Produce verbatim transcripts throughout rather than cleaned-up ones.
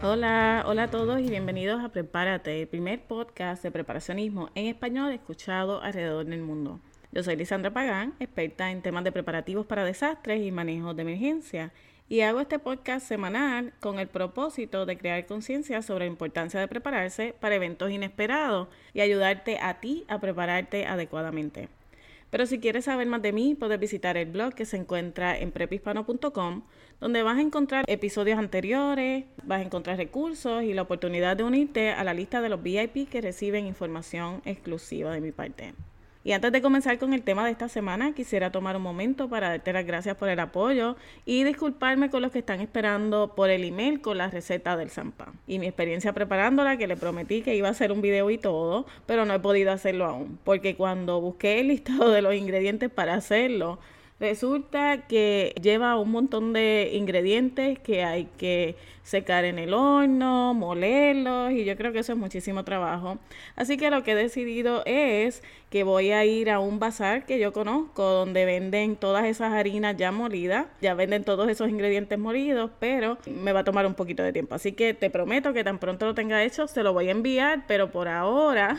Hola, hola a todos y bienvenidos a Prepárate, el primer podcast de preparacionismo en español escuchado alrededor del mundo. Yo soy Lisandra Pagán, experta en temas de preparativos para desastres y manejo de emergencia, y hago este podcast semanal con el propósito de crear conciencia sobre la importancia de prepararse para eventos inesperados y ayudarte a ti a prepararte adecuadamente. Pero si quieres saber más de mí, puedes visitar el blog que se encuentra en prep hispano punto com, donde vas a encontrar episodios anteriores, vas a encontrar recursos y la oportunidad de unirte a la lista de los V I P que reciben información exclusiva de mi parte. Y antes de comenzar con el tema de esta semana, quisiera tomar un momento para darte las gracias por el apoyo y disculparme con los que están esperando por el email con la receta del Zampa. Y mi experiencia preparándola, que le prometí que iba a hacer un video y todo, pero no he podido hacerlo aún, porque cuando busqué el listado de los ingredientes para hacerlo, resulta que lleva un montón de ingredientes que hay que secar en el horno, molerlos, y yo creo que eso es muchísimo trabajo. Así que lo que he decidido es que voy a ir a un bazar que yo conozco donde venden todas esas harinas ya molidas, ya venden todos esos ingredientes molidos, pero me va a tomar un poquito de tiempo. Así que te prometo que tan pronto lo tenga hecho, se lo voy a enviar, pero por ahora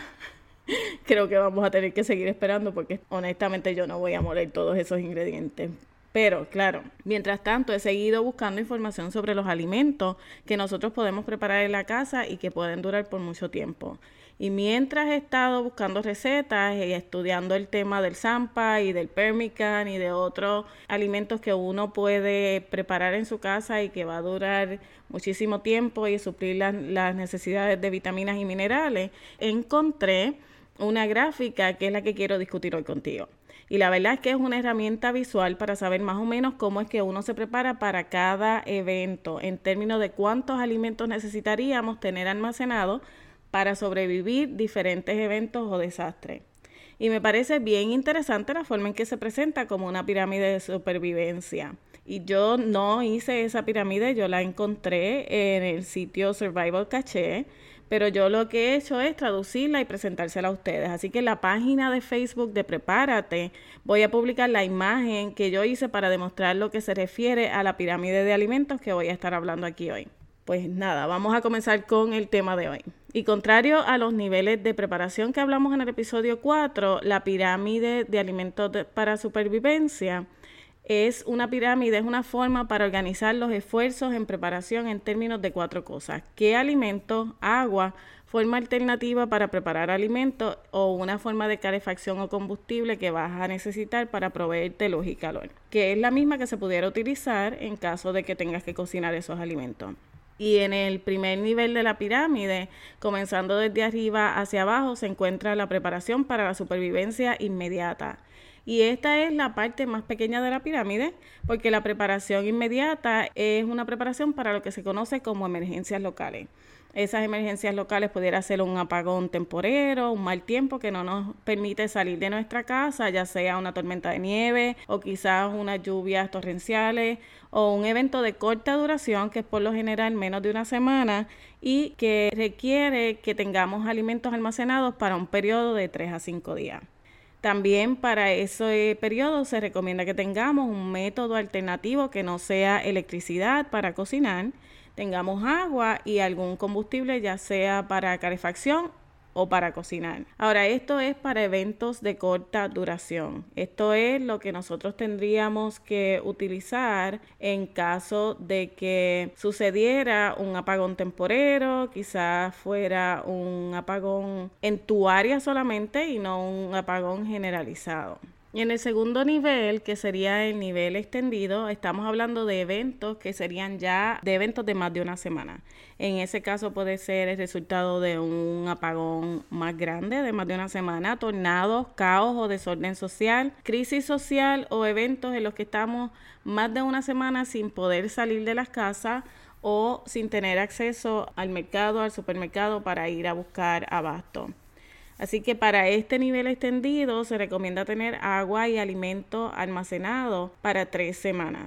creo que vamos a tener que seguir esperando porque honestamente yo no voy a moler todos esos ingredientes. Pero claro, mientras tanto he seguido buscando información sobre los alimentos que nosotros podemos preparar en la casa y que pueden durar por mucho tiempo. Y mientras he estado buscando recetas y estudiando el tema del Zampa y del Pemmican y de otros alimentos que uno puede preparar en su casa y que va a durar muchísimo tiempo y suplir las, las necesidades de vitaminas y minerales, encontré una gráfica que es la que quiero discutir hoy contigo. Y la verdad es que es una herramienta visual para saber más o menos cómo es que uno se prepara para cada evento, en términos de cuántos alimentos necesitaríamos tener almacenados para sobrevivir diferentes eventos o desastres. Y me parece bien interesante la forma en que se presenta como una pirámide de supervivencia. Y yo no hice esa pirámide, yo la encontré en el sitio Survival Caché, pero yo lo que he hecho es traducirla y presentársela a ustedes. Así que en la página de Facebook de Prepárate voy a publicar la imagen que yo hice para demostrar lo que se refiere a la pirámide de alimentos que voy a estar hablando aquí hoy. Pues nada, vamos a comenzar con el tema de hoy. Y contrario a los niveles de preparación que hablamos en el episodio cuatro, la pirámide de alimentos de, para supervivencia es una pirámide, es una forma para organizar los esfuerzos en preparación en términos de cuatro cosas. ¿Qué alimentos, agua, forma alternativa para preparar alimentos o una forma de calefacción o combustible que vas a necesitar para proveerte luz y calor? Que es la misma que se pudiera utilizar en caso de que tengas que cocinar esos alimentos. Y en el primer nivel de la pirámide, comenzando desde arriba hacia abajo, se encuentra la preparación para la supervivencia inmediata. Y esta es la parte más pequeña de la pirámide, porque la preparación inmediata es una preparación para lo que se conoce como emergencias locales. Esas emergencias locales pudiera ser un apagón temporero, un mal tiempo que no nos permite salir de nuestra casa, ya sea una tormenta de nieve o quizás unas lluvias torrenciales o un evento de corta duración que es por lo general menos de una semana y que requiere que tengamos alimentos almacenados para un periodo de tres a cinco días. También para ese periodo se recomienda que tengamos un método alternativo que no sea electricidad para cocinar, tengamos agua y algún combustible ya sea para calefacción o para cocinar. Ahora, esto es para eventos de corta duración. Esto es lo que nosotros tendríamos que utilizar en caso de que sucediera un apagón temporero, quizás fuera un apagón en tu área solamente y no un apagón generalizado. Y en el segundo nivel, que sería el nivel extendido, estamos hablando de eventos que serían ya de eventos de más de una semana. En ese caso puede ser el resultado de un apagón más grande de más de una semana, tornados, caos o desorden social, crisis social o eventos en los que estamos más de una semana sin poder salir de las casas o sin tener acceso al mercado, al supermercado para ir a buscar abasto. Así que para este nivel extendido se recomienda tener agua y alimentos almacenados para tres semanas.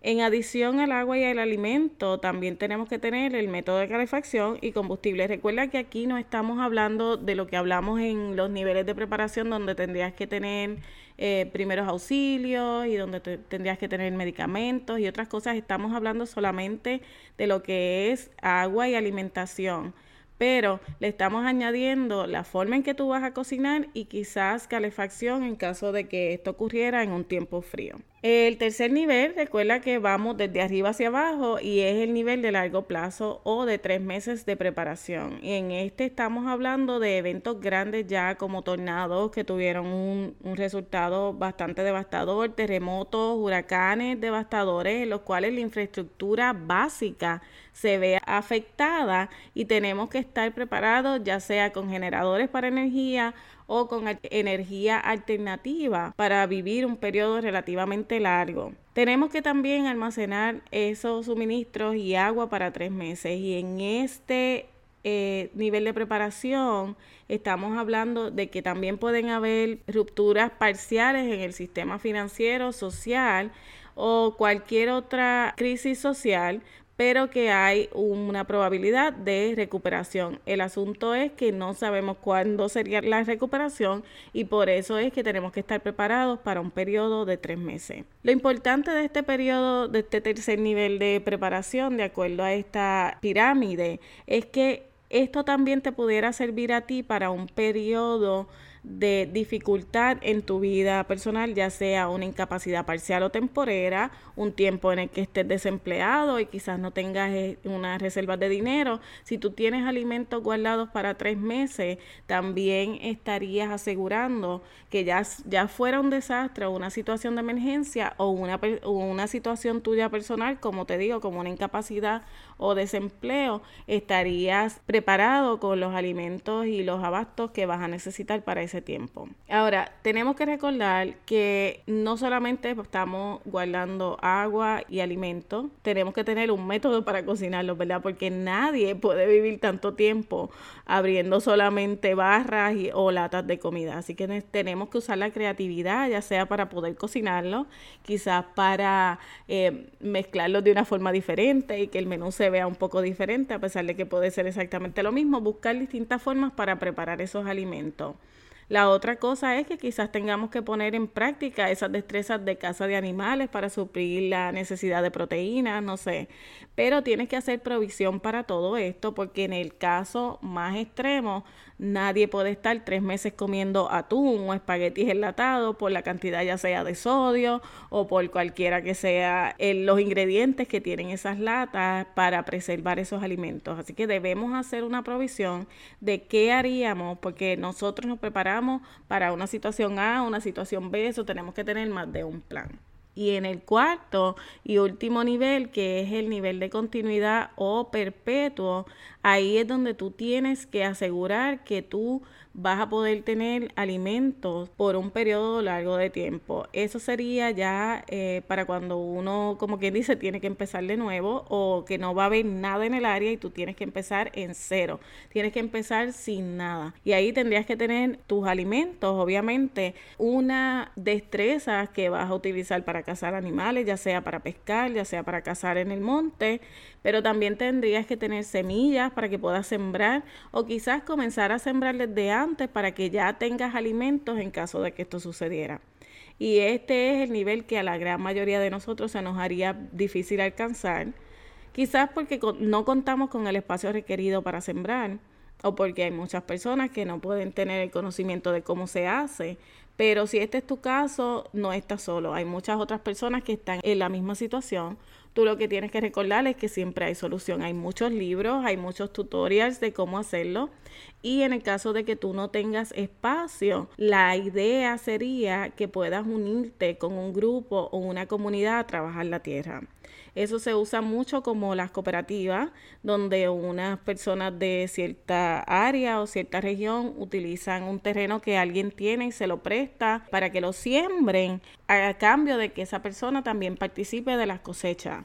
En adición al agua y al alimento, también tenemos que tener el método de calefacción y combustible. Recuerda que aquí no estamos hablando de lo que hablamos en los niveles de preparación, donde tendrías que tener eh, primeros auxilios y donde te, tendrías que tener medicamentos y otras cosas. Estamos hablando solamente de lo que es agua y alimentación. Pero le estamos añadiendo la forma en que tú vas a cocinar y quizás calefacción en caso de que esto ocurriera en un tiempo frío. El tercer nivel, recuerda que vamos desde arriba hacia abajo y es el nivel de largo plazo o de tres meses de preparación. Y en este estamos hablando de eventos grandes ya como tornados que tuvieron un, un resultado bastante devastador, terremotos, huracanes devastadores, en los cuales la infraestructura básica se ve afectada y tenemos que estar preparados ya sea con generadores para energía o con energía alternativa para vivir un periodo relativamente largo. Tenemos que también almacenar esos suministros y agua para tres meses y en este eh, nivel de preparación estamos hablando de que también pueden haber rupturas parciales en el sistema financiero, social o cualquier otra crisis social, pero que hay una probabilidad de recuperación. El asunto es que no sabemos cuándo sería la recuperación y por eso es que tenemos que estar preparados para un periodo de tres meses. Lo importante de este periodo, de este tercer nivel de preparación, de acuerdo a esta pirámide, es que esto también te pudiera servir a ti para un periodo de dificultad en tu vida personal, ya sea una incapacidad parcial o temporera, un tiempo en el que estés desempleado y quizás no tengas unas reservas de dinero. Si tú tienes alimentos guardados para tres meses, también estarías asegurando que ya, ya fuera un desastre o una situación de emergencia o una, o una situación tuya personal, como te digo, como una incapacidad o desempleo, estarías preparado con los alimentos y los abastos que vas a necesitar para ese tiempo. Ahora, tenemos que recordar que no solamente estamos guardando agua y alimentos, tenemos que tener un método para cocinarlos, ¿verdad? Porque nadie puede vivir tanto tiempo abriendo solamente barras y, o latas de comida. Así que tenemos que usar la creatividad, ya sea para poder cocinarlo, quizás para eh, mezclarlos de una forma diferente y que el menú se vea un poco diferente, a pesar de que puede ser exactamente lo mismo, buscar distintas formas para preparar esos alimentos. La otra cosa es que quizás tengamos que poner en práctica esas destrezas de caza de animales para suplir la necesidad de proteínas, no sé. Pero tienes que hacer provisión para todo esto porque en el caso más extremo, nadie puede estar tres meses comiendo atún o espaguetis enlatados por la cantidad ya sea de sodio o por cualquiera que sea el, los ingredientes que tienen esas latas para preservar esos alimentos. Así que debemos hacer una provisión de qué haríamos porque nosotros nos preparamos para una situación A, una situación B, eso tenemos que tener más de un plan. Y en el cuarto y último nivel, que es el nivel de continuidad o perpetuo, ahí es donde tú tienes que asegurar que tú vas a poder tener alimentos por un periodo largo de tiempo. Eso sería ya eh, para cuando uno, como quien dice, tiene que empezar de nuevo o que no va a haber nada en el área y tú tienes que empezar en cero. Tienes que empezar sin nada. Y ahí tendrías que tener tus alimentos, obviamente, una destreza que vas a utilizar para cazar animales, ya sea para pescar, ya sea para cazar en el monte, pero también tendrías que tener semillas para que puedas sembrar o quizás comenzar a sembrar desde antes para que ya tengas alimentos en caso de que esto sucediera. Y este es el nivel que a la gran mayoría de nosotros se nos haría difícil alcanzar, quizás porque no contamos con el espacio requerido para sembrar o porque hay muchas personas que no pueden tener el conocimiento de cómo se hace. Pero si este es tu caso, no estás solo. Hay muchas otras personas que están en la misma situación. Tú lo que tienes que recordar es que siempre hay solución. Hay muchos libros, hay muchos tutorials de cómo hacerlo. Y en el caso de que tú no tengas espacio, la idea sería que puedas unirte con un grupo o una comunidad a trabajar la tierra. Eso se usa mucho como las cooperativas, donde unas personas de cierta área o cierta región utilizan un terreno que alguien tiene y se lo presta para que lo siembren a cambio de que esa persona también participe de las cosechas.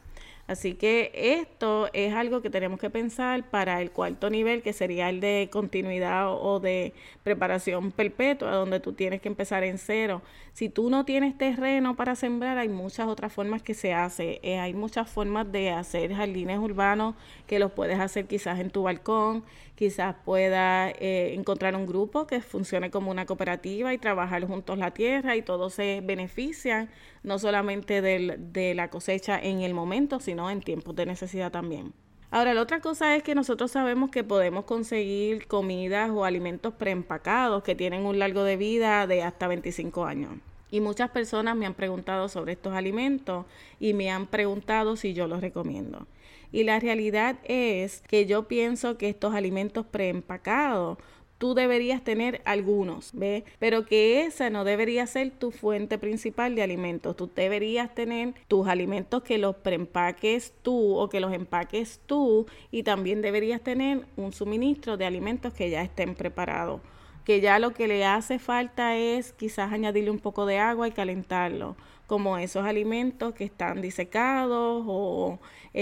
Así que esto es algo que tenemos que pensar para el cuarto nivel, que sería el de continuidad o de preparación perpetua, donde tú tienes que empezar en cero. Si tú no tienes terreno para sembrar, hay muchas otras formas que se hace. Eh, hay muchas formas de hacer jardines urbanos que los puedes hacer quizás en tu balcón, quizás puedas eh, encontrar un grupo que funcione como una cooperativa y trabajar juntos la tierra y todos se benefician, no solamente del, de la cosecha en el momento, sino en tiempos de necesidad también. Ahora, la otra cosa es que nosotros sabemos que podemos conseguir comidas o alimentos preempacados que tienen un largo de vida de hasta veinticinco años. Y muchas personas me han preguntado sobre estos alimentos y me han preguntado si yo los recomiendo. Y la realidad es que yo pienso que estos alimentos preempacados tú deberías tener algunos, ¿ves? Pero que esa no debería ser tu fuente principal de alimentos. Tú deberías tener tus alimentos que los preempaques tú o que los empaques tú, y también deberías tener un suministro de alimentos que ya estén preparados, que ya lo que le hace falta es quizás añadirle un poco de agua y calentarlo, como esos alimentos que están disecados o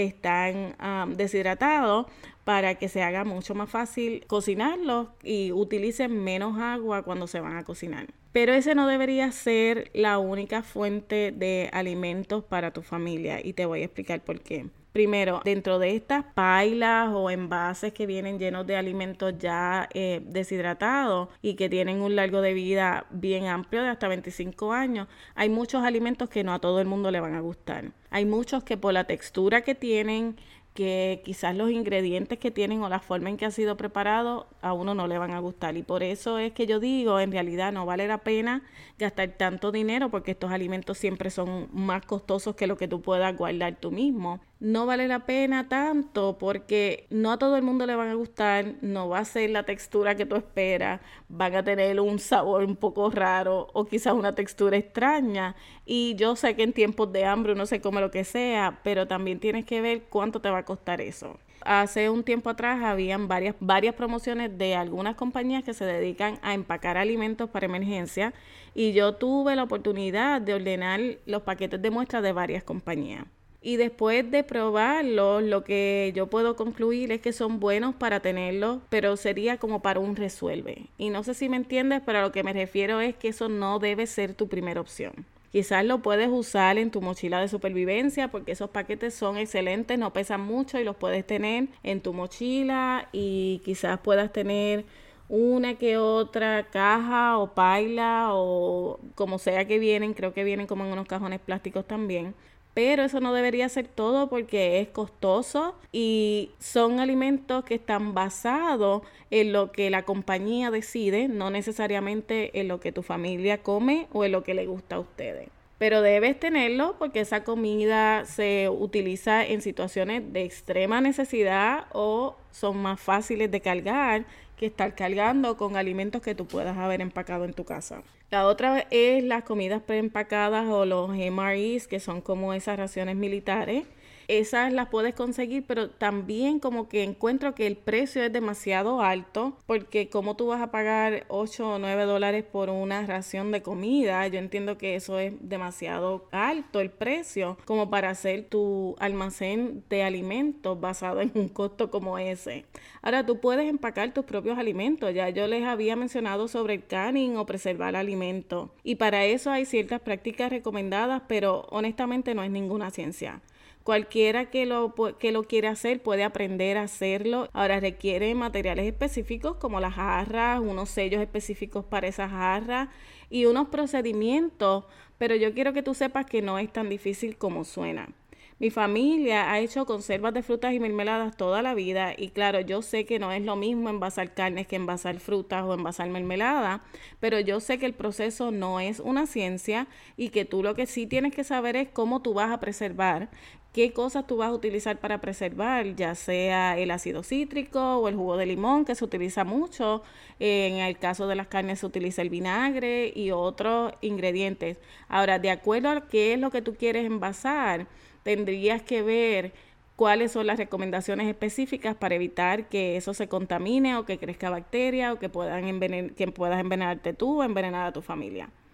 están um, deshidratados, para que se haga mucho más fácil cocinarlos y utilicen menos agua cuando se van a cocinar. Pero ese no debería ser la única fuente de alimentos para tu familia, y te voy a explicar por qué. Primero, dentro de estas pailas o envases que vienen llenos de alimentos ya eh, deshidratados y que tienen un largo de vida bien amplio de hasta veinticinco años, hay muchos alimentos que no a todo el mundo le van a gustar. Hay muchos que por la textura que tienen, que quizás los ingredientes que tienen o la forma en que ha sido preparado a uno no le van a gustar, y por eso es que yo digo, en realidad no vale la pena gastar tanto dinero, porque estos alimentos siempre son más costosos que lo que tú puedas guardar tú mismo. No vale la pena tanto porque no a todo el mundo le van a gustar, no va a ser la textura que tú esperas, van a tener un sabor un poco raro o quizás una textura extraña, y yo sé que en tiempos de hambre uno se come lo que sea, pero también tienes que ver cuánto te va a costar eso. Hace un tiempo atrás habían varias, varias promociones de algunas compañías que se dedican a empacar alimentos para emergencia, y yo tuve la oportunidad de ordenar los paquetes de muestras de varias compañías. Y después de probarlos, lo que yo puedo concluir es que son buenos para tenerlos, pero sería como para un resuelve. Y no sé si me entiendes, pero a lo que me refiero es que eso no debe ser tu primera opción. Quizás lo puedes usar en tu mochila de supervivencia, porque esos paquetes son excelentes, no pesan mucho y los puedes tener en tu mochila, y quizás puedas tener una que otra caja o paila o como sea que vienen, creo que vienen como en unos cajones plásticos también. Pero eso no debería ser todo, porque es costoso y son alimentos que están basados en lo que la compañía decide, no necesariamente en lo que tu familia come o en lo que le gusta a ustedes. Pero debes tenerlo porque esa comida se utiliza en situaciones de extrema necesidad o son más fáciles de cargar que estar cargando con alimentos que tú puedas haber empacado en tu casa. La otra es las comidas preempacadas o los M R Es, que son como esas raciones militares. Esas las puedes conseguir, pero también como que encuentro que el precio es demasiado alto, porque como tú vas a pagar ocho o nueve dólares por una ración de comida, yo entiendo que eso es demasiado alto el precio como para hacer tu almacén de alimentos basado en un costo como ese. Ahora, tú puedes empacar tus propios alimentos, ya yo les había mencionado sobre el canning o preservar alimentos, y para eso hay ciertas prácticas recomendadas, pero honestamente no es ninguna ciencia. Cualquiera que lo, que lo quiera hacer puede aprender a hacerlo. Ahora requiere materiales específicos como las jarras, unos sellos específicos para esas jarras y unos procedimientos, pero yo quiero que tú sepas que no es tan difícil como suena. Mi familia ha hecho conservas de frutas y mermeladas toda la vida, y claro, yo sé que no es lo mismo envasar carnes que envasar frutas o envasar mermelada, pero yo sé que el proceso no es una ciencia y que tú lo que sí tienes que saber es cómo tú vas a preservar, qué cosas tú vas a utilizar para preservar, ya sea el ácido cítrico o el jugo de limón, que se utiliza mucho. En el caso de las carnes se utiliza el vinagre y otros ingredientes. Ahora, de acuerdo a qué es lo que tú quieres envasar, tendrías que ver cuáles son las recomendaciones específicas para evitar que eso se contamine o que crezca bacteria o que puedan envenen- que puedas envenenarte tú o envenenar a tu familia.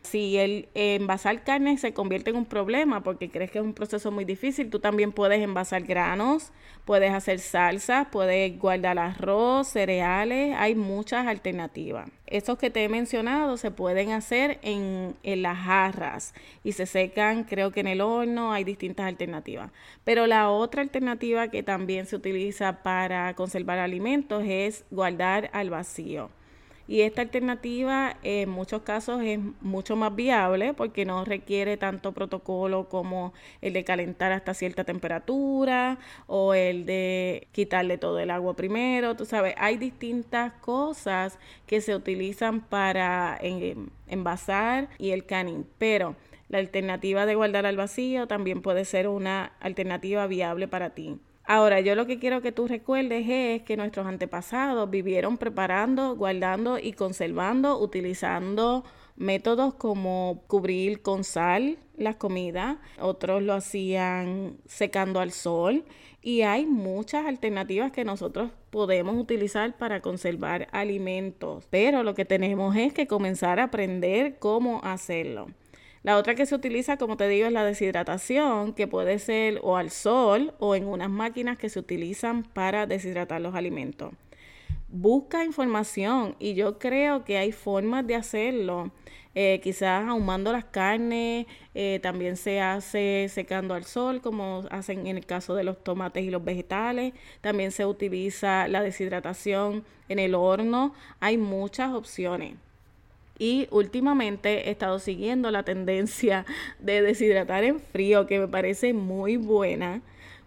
Si el envasar carne se convierte en un problema porque crees que es un proceso muy difícil, tú también puedes envasar granos, puedes hacer salsas, puedes guardar arroz, cereales, hay muchas alternativas. Estos que te he mencionado se pueden hacer en, en las jarras y se secan, creo que en el horno, hay distintas alternativas. Pero la otra alternativa que también se utiliza para conservar alimentos es guardar al vacío. Y esta alternativa en muchos casos es mucho más viable porque no requiere tanto protocolo como el de calentar hasta cierta temperatura o el de quitarle todo el agua primero. Tú sabes, hay distintas cosas que se utilizan para en, envasar y el canning, pero la alternativa de guardar al vacío también puede ser una alternativa viable para ti. Ahora, yo lo que quiero que tú recuerdes es que nuestros antepasados vivieron preparando, guardando y conservando, utilizando métodos como cubrir con sal las comidas, otros lo hacían secando al sol y hay muchas alternativas que nosotros podemos utilizar para conservar alimentos, pero lo que tenemos es que comenzar a aprender cómo hacerlo. La otra que se utiliza, como te digo, es la deshidratación, que puede ser o al sol o en unas máquinas que se utilizan para deshidratar los alimentos. Busca información y yo creo que hay formas de hacerlo. Eh, quizás ahumando las carnes, eh, también se hace secando al sol, como hacen en el caso de los tomates y los vegetales. También se utiliza la deshidratación en el horno. Hay muchas opciones. Y últimamente he estado siguiendo la tendencia de deshidratar en frío, que me parece muy buena,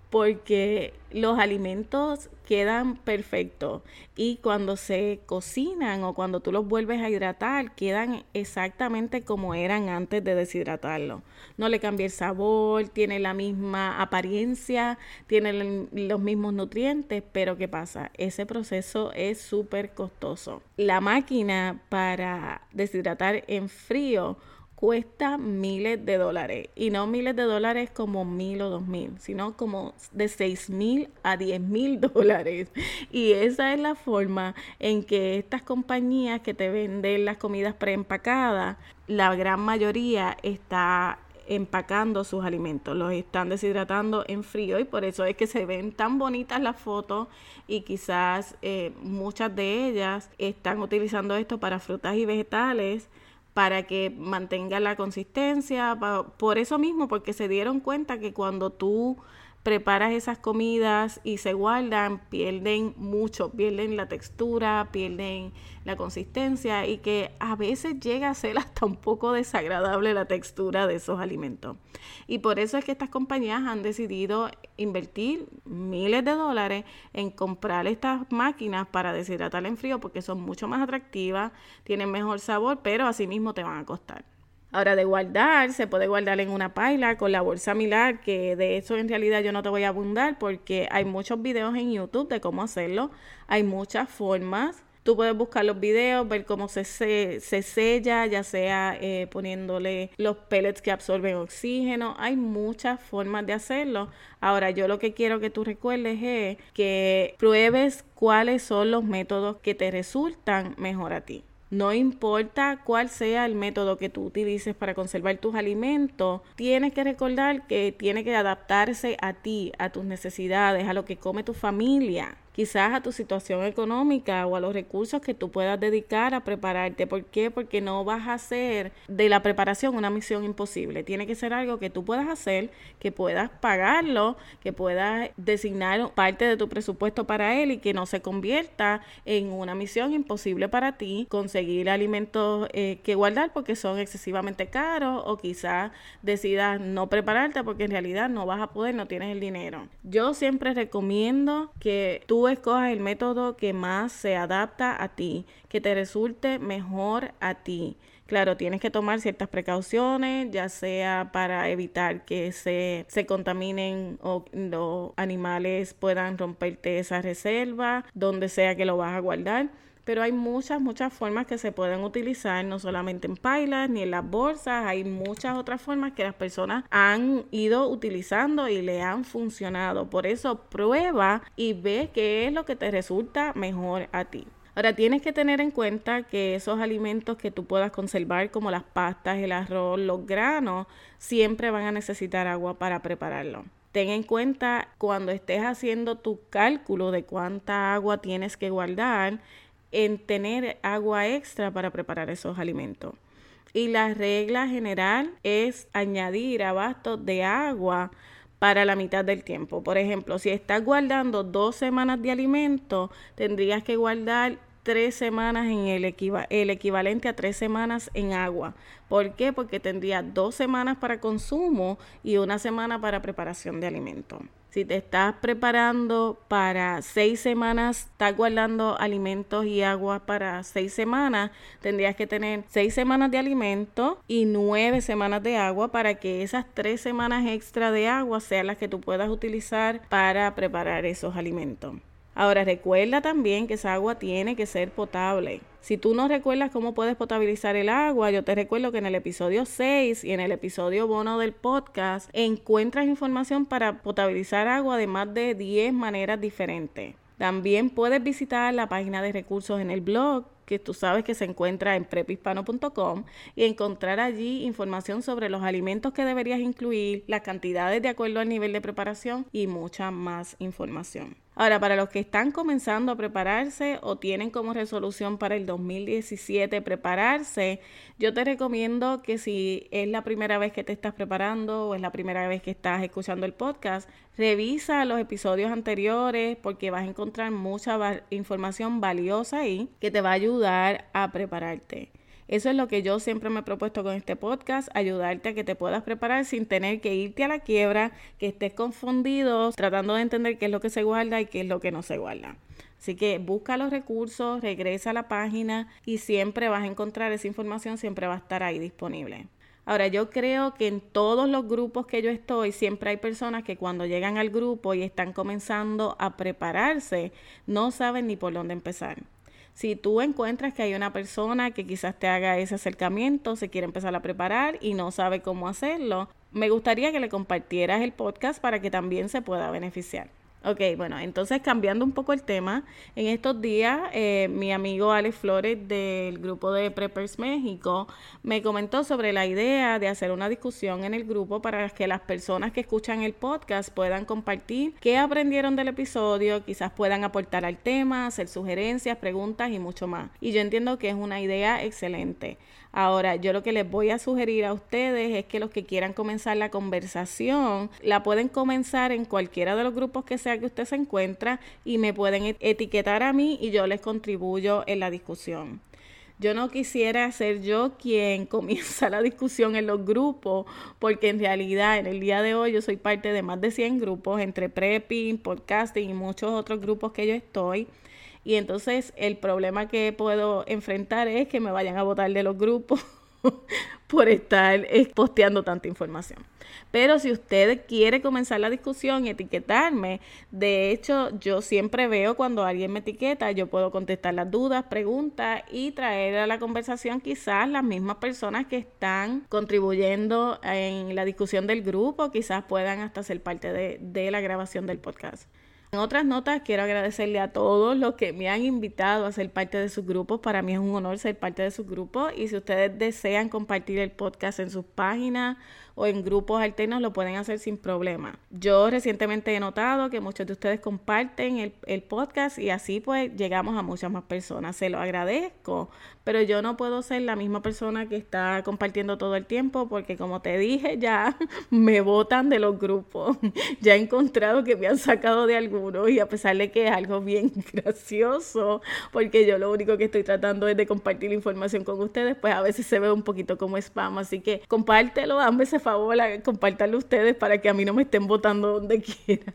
porque los alimentos quedan perfectos y cuando se cocinan o cuando tú los vuelves a hidratar, quedan exactamente como eran antes de deshidratarlo. No le cambia el sabor, tiene la misma apariencia, tiene los mismos nutrientes, pero ¿qué pasa? Ese proceso es súper costoso. La máquina para deshidratar en frío cuesta miles de dólares y no miles de dólares como mil o dos mil, sino como de seis mil a diez mil dólares. Y esa es la forma en que estas compañías que te venden las comidas preempacadas, la gran mayoría está empacando sus alimentos, los están deshidratando en frío y por eso es que se ven tan bonitas las fotos y quizás eh, muchas de ellas están utilizando esto para frutas y vegetales para que mantenga la consistencia, pa, por eso mismo, porque se dieron cuenta que cuando tú preparas esas comidas y se guardan, pierden mucho, pierden la textura, pierden la consistencia y que a veces llega a ser hasta un poco desagradable la textura de esos alimentos. Y por eso es que estas compañías han decidido invertir miles de dólares en comprar estas máquinas para deshidratar en frío porque son mucho más atractivas, tienen mejor sabor, pero asimismo te van a costar. Ahora, de guardar, se puede guardar en una paila con la bolsa Milar, que de eso en realidad yo no te voy a abundar porque hay muchos videos en YouTube de cómo hacerlo. Hay muchas formas. Tú puedes buscar los videos, ver cómo se, se, se sella, ya sea eh, poniéndole los pellets que absorben oxígeno. Hay muchas formas de hacerlo. Ahora, yo lo que quiero que tú recuerdes es que pruebes cuáles son los métodos que te resultan mejor a ti. No importa cuál sea el método que tú utilices para conservar tus alimentos, tienes que recordar que tiene que adaptarse a ti, a tus necesidades, a lo que come tu familia. Quizás a tu situación económica o a los recursos que tú puedas dedicar a prepararte. ¿Por qué? Porque no vas a hacer de la preparación una misión imposible. Tiene que ser algo que tú puedas hacer, que puedas pagarlo, que puedas designar parte de tu presupuesto para él y que no se convierta en una misión imposible para ti conseguir alimentos eh, que guardar porque son excesivamente caros o quizás decidas no prepararte porque en realidad no vas a poder, no tienes el dinero. Yo siempre recomiendo que tú escojas el método que más se adapta a ti, que te resulte mejor a ti. Claro, tienes que tomar ciertas precauciones, ya sea para evitar que se, se contaminen o los animales puedan romperte esa reserva, donde sea que lo vas a guardar. Pero hay muchas, muchas formas que se pueden utilizar, no solamente en pailas ni en las bolsas, hay muchas otras formas que las personas han ido utilizando y le han funcionado. Por eso prueba y ve qué es lo que te resulta mejor a ti. Ahora, tienes que tener en cuenta que esos alimentos que tú puedas conservar, como las pastas, el arroz, los granos, siempre van a necesitar agua para prepararlo. Ten en cuenta cuando estés haciendo tu cálculo de cuánta agua tienes que guardar, en tener agua extra para preparar esos alimentos. Y la regla general es añadir abastos de agua para la mitad del tiempo. Por ejemplo, si estás guardando dos semanas de alimento, tendrías que guardar tres semanas en el, equiva- el equivalente a tres semanas en agua. ¿Por qué? Porque tendrías dos semanas para consumo y una semana para preparación de alimento. Si te estás preparando para seis semanas, estás guardando alimentos y agua para seis semanas, tendrías que tener seis semanas de alimento y nueve semanas de agua para que esas tres semanas extra de agua sean las que tú puedas utilizar para preparar esos alimentos. Ahora, recuerda también que esa agua tiene que ser potable. Si tú no recuerdas cómo puedes potabilizar el agua, yo te recuerdo que en el episodio seis y en el episodio bono del podcast encuentras información para potabilizar agua de más de diez maneras diferentes. También puedes visitar la página de recursos en el blog, que tú sabes que se encuentra en prep hispano punto com, y encontrar allí información sobre los alimentos que deberías incluir, las cantidades de acuerdo al nivel de preparación y mucha más información. Ahora, para los que están comenzando a prepararse o tienen como resolución para el dos mil diecisiete prepararse, yo te recomiendo que si es la primera vez que te estás preparando o es la primera vez que estás escuchando el podcast, revisa los episodios anteriores porque vas a encontrar mucha va- información valiosa ahí que te va a ayudar a prepararte. Eso es lo que yo siempre me he propuesto con este podcast, ayudarte a que te puedas preparar sin tener que irte a la quiebra, que estés confundido, tratando de entender qué es lo que se guarda y qué es lo que no se guarda. Así que busca los recursos, regresa a la página y siempre vas a encontrar esa información, siempre va a estar ahí disponible. Ahora, yo creo que en todos los grupos que yo estoy, siempre hay personas que cuando llegan al grupo y están comenzando a prepararse, no saben ni por dónde empezar. Si tú encuentras que hay una persona que quizás te haga ese acercamiento, se quiere empezar a preparar y no sabe cómo hacerlo, me gustaría que le compartieras el podcast para que también se pueda beneficiar. Ok, bueno, entonces cambiando un poco el tema, en estos días eh, mi amigo Alex Flores del grupo de Preppers México me comentó sobre la idea de hacer una discusión en el grupo para que las personas que escuchan el podcast puedan compartir qué aprendieron del episodio, quizás puedan aportar al tema, hacer sugerencias, preguntas y mucho más. Y yo entiendo que es una idea excelente. Ahora, yo lo que les voy a sugerir a ustedes es que los que quieran comenzar la conversación, la pueden comenzar en cualquiera de los grupos que sea que usted se encuentra y me pueden etiquetar a mí y yo les contribuyo en la discusión. Yo no quisiera ser yo quien comienza la discusión en los grupos, porque en realidad en el día de hoy yo soy parte de más de cien grupos, entre prepping, podcasting y muchos otros grupos que yo estoy. Y entonces el problema que puedo enfrentar es que me vayan a botar de los grupos por estar posteando tanta información. Pero si usted quiere comenzar la discusión y etiquetarme, de hecho yo siempre veo cuando alguien me etiqueta, yo puedo contestar las dudas, preguntas y traer a la conversación quizás las mismas personas que están contribuyendo en la discusión del grupo, quizás puedan hasta ser parte de, de la grabación del podcast. En otras notas, quiero agradecerle a todos los que me han invitado a ser parte de sus grupos. Para mí es un honor ser parte de sus grupos y si ustedes desean compartir el podcast en sus páginas o en grupos alternos, lo pueden hacer sin problema. Yo recientemente he notado que muchos de ustedes comparten el, el podcast y así pues llegamos a muchas más personas. Se lo agradezco, pero yo no puedo ser la misma persona que está compartiendo todo el tiempo porque como te dije, ya me botan de los grupos. Ya he encontrado que me han sacado de algunos y a pesar de que es algo bien gracioso, porque yo lo único que estoy tratando es de compartir la información con ustedes, pues a veces se ve un poquito como spam, así que compártelo, hazme ese favor, compártanlo ustedes para que a mí no me estén botando donde quiera.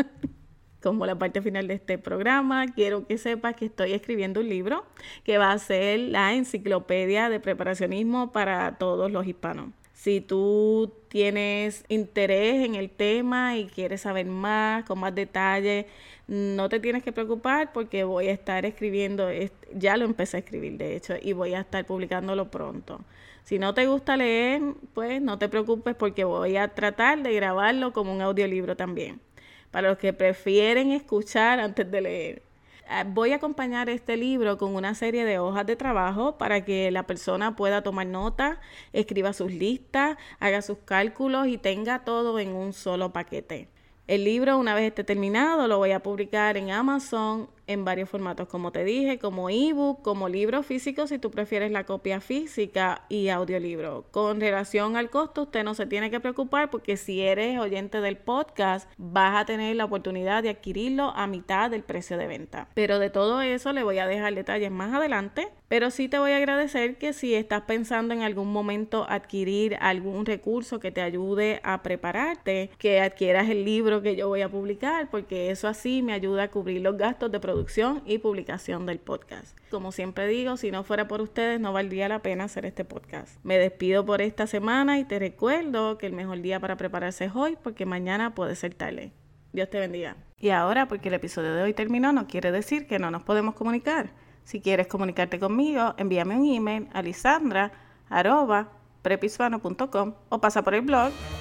Como la parte final de este programa, quiero que sepas que estoy escribiendo un libro que va a ser la enciclopedia de preparacionismo para todos los hispanos. Si tú tienes interés en el tema y quieres saber más, con más detalle, no te tienes que preocupar porque voy a estar escribiendo, ya lo empecé a escribir de hecho, y voy a estar publicándolo pronto. Si no te gusta leer, pues no te preocupes porque voy a tratar de grabarlo como un audiolibro también, para los que prefieren escuchar antes de leer. voy a acompañar este libro con una serie de hojas de trabajo para que la persona pueda tomar notas, escriba sus listas, haga sus cálculos y tenga todo en un solo paquete. El libro, una vez esté terminado, lo voy a publicar en Amazon en varios formatos, como te dije, como ebook, como libro físico si tú prefieres la copia física y audiolibro. Con relación al costo, usted no se tiene que preocupar porque si eres oyente del podcast, vas a tener la oportunidad de adquirirlo a mitad del precio de venta. Pero de todo eso le voy a dejar detalles más adelante, pero sí te voy a agradecer que si estás pensando en algún momento adquirir algún recurso que te ayude a prepararte, que adquieras el libro que yo voy a publicar, porque eso así me ayuda a cubrir los gastos de producción y publicación del podcast. Como siempre digo, si no fuera por ustedes no valdría la pena hacer este podcast. Me despido por esta semana y te recuerdo que el mejor día para prepararse es hoy, porque mañana puede ser tarde. Dios te bendiga. Y ahora, porque el episodio de hoy terminó, no quiere decir que no nos podemos comunicar. Si quieres comunicarte conmigo, envíame un email a lisandra arroba prephispano punto com o pasa por el blog